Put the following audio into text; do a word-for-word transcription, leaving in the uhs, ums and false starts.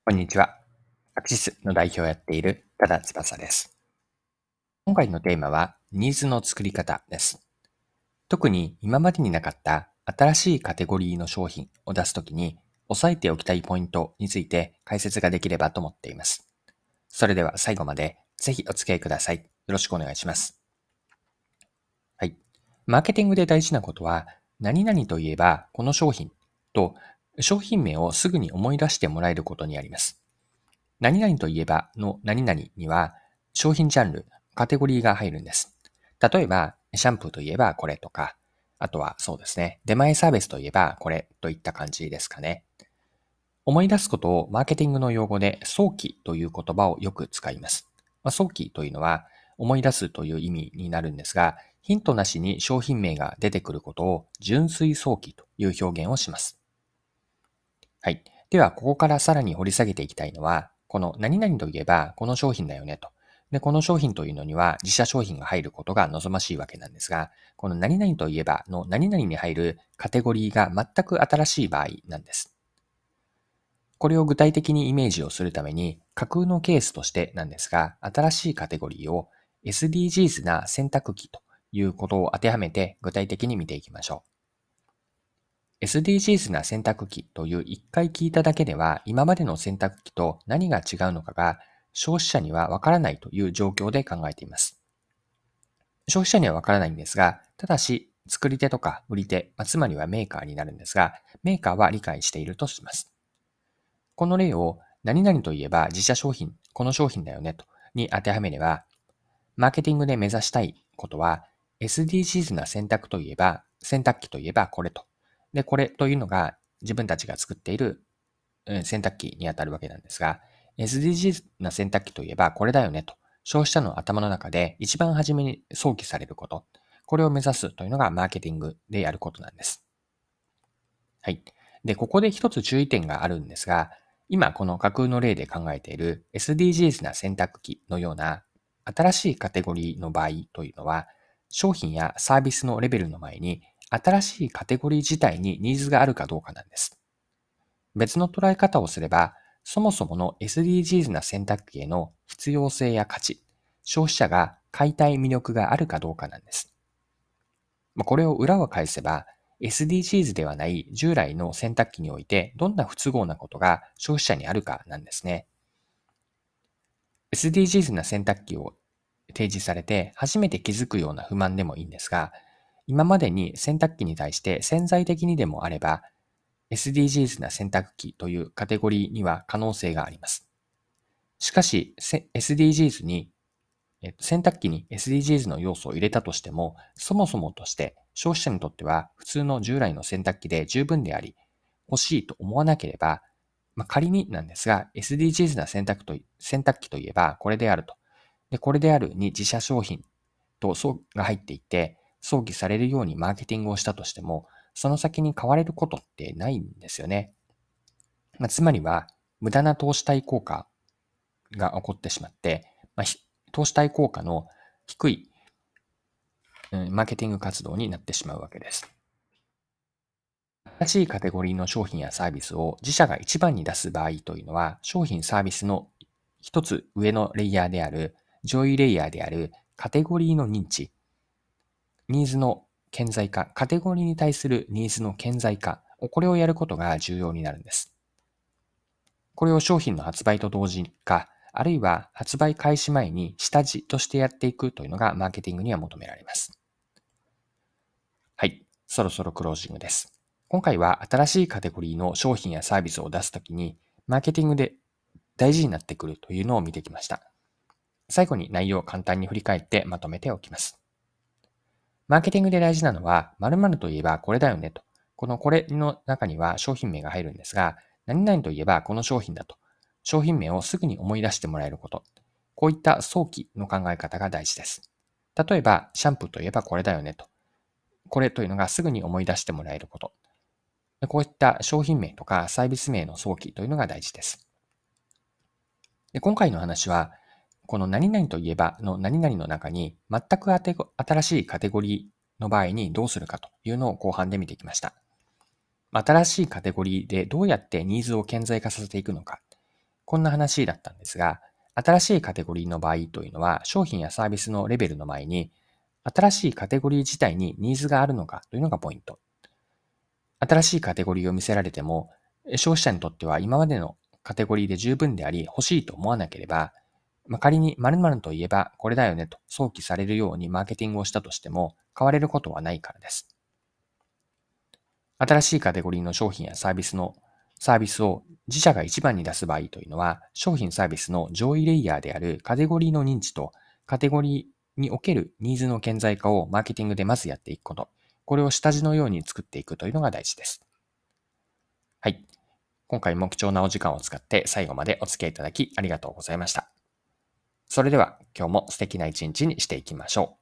こんにちは。アクシスの代表をやっている多田翼です。今回のテーマは、ニーズの作り方です。特に今までになかった新しいカテゴリーの商品を出すときに、押さえておきたいポイントについて解説ができればと思っています。それでは最後までぜひお付き合いください。よろしくお願いします。はい。マーケティングで大事なことは、何々といえばこの商品と商品名をすぐに思い出してもらえることにあります。何々といえばの何々には商品ジャンル、カテゴリーが入るんです。例えば、シャンプーといえばこれとか、あとはそうですね、出前サービスといえばこれといった感じですかね。思い出すことをマーケティングの用語で早期という言葉をよく使います。まあ、早期というのは思い出すという意味になるんですが、ヒントなしに商品名が出てくることを純粋早期という表現をします。はい。では、ここからさらに掘り下げていきたいのは、この何々といえばこの商品だよねと。で、この商品というのには自社商品が入ることが望ましいわけなんですが、この何々といえばの何々に入るカテゴリーが全く新しい場合なんです。これを具体的にイメージをするために、架空のケースとしてなんですが、新しいカテゴリーを エスディージーズ な選択肢ということを当てはめて具体的に見ていきましょう。エスディージーズ な選択肢という一回聞いただけでは、今までの選択肢と何が違うのかが消費者にはわからないという状況で考えています。消費者にはわからないんですが、ただし、作り手とか売り手、つまりはメーカーになるんですが、メーカーは理解しているとします。この例を何々といえば自社商品、この商品だよねとに当てはめれば、マーケティングで目指したいことは エスディージーズ な選択といえば、選択機といえばこれと。で、これというのが自分たちが作っている洗濯機にあたるわけなんですが、エスディージーズ な洗濯機といえばこれだよねと、消費者の頭の中で一番初めに想起されること、これを目指すというのがマーケティングでやることなんです。はい。で、ここで一つ注意点があるんですが、今この架空の例で考えている エスディージーズ な選択機のような新しいカテゴリーの場合というのは、商品やサービスのレベルの前に新しいカテゴリー自体にニーズがあるかどうかなんです。別の捉え方をすれば、そもそもの エスディージーズ な選択機への必要性や価値、消費者が買いたい魅力があるかどうかなんです。これを裏を返せば、エスディージーズ ではない従来の洗濯機においてどんな不都合なことが消費者にあるかなんですね。エスディージーズ な洗濯機を提示されて初めて気づくような不満でもいいんですが、今までに洗濯機に対して潜在的にでもあれば、エスディージーズ な洗濯機というカテゴリーには可能性があります。しかし、エスディージーズ にえっと、洗濯機に エスディージーズ の要素を入れたとしても、そもそもとして消費者にとっては普通の従来の洗濯機で十分であり、欲しいと思わなければ、まあ、仮になんですが、エスディージーズ な選択と洗濯機といえばこれであると。で、これであるに自社商品とそうが入っていて、想起されるようにマーケティングをしたとしても、その先に買われることってないんですよね。まあ、つまりは、無駄な投資対効果が起こってしまって、まあ、投資対効果の低い、うん、マーケティング活動になってしまうわけです。新しいカテゴリーの商品やサービスを自社が一番に出す場合というのは、商品サービスの一つ上のレイヤーである、上位レイヤーであるカテゴリーの認知、ニーズの顕在化、カテゴリーに対するニーズの顕在化、これをやることが重要になるんです。これを商品の発売と同時か、あるいは発売開始前に下地としてやっていくというのがマーケティングには求められます。はい。そろそろクロージングです。今回は新しいカテゴリーの商品やサービスを出すときに、マーケティングで大事になってくるというのを見てきました。最後に内容を簡単に振り返ってまとめておきます。マーケティングで大事なのは、〇〇といえばこれだよねと。このこれの中には商品名が入るんですが、何々といえばこの商品だと。商品名をすぐに思い出してもらえること。こういった早期の考え方が大事です。例えば、シャンプーといえばこれだよねと。これというのがすぐに思い出してもらえること。こういった商品名とかサービス名の早期というのが大事です。で今回の話は、この何々といえばの何々の中に全く新しいカテゴリーの場合にどうするかというのを後半で見てきました。新しいカテゴリーでどうやってニーズを顕在化させていくのか。 こんな話だったんですが、新しいカテゴリーの場合というのは、商品やサービスのレベルの前に、新しいカテゴリー自体にニーズがあるのかというのがポイント。新しいカテゴリーを見せられても、消費者にとっては今までのカテゴリーで十分であり、欲しいと思わなければ、まあ、仮に〇〇といえばこれだよねと想起されるようにマーケティングをしたとしても、買われることはないからです。新しいカテゴリーの商品やサービスのサービスを自社が一番に出す場合というのは、商品サービスの上位レイヤーであるカテゴリーの認知とカテゴリーにおけるニーズの顕在化をマーケティングでまずやっていくこと。これを下地のように作っていくというのが大事です。はい。今回も貴重なお時間を使って最後までお付き合いいただきありがとうございました。それでは今日も素敵な一日にしていきましょう。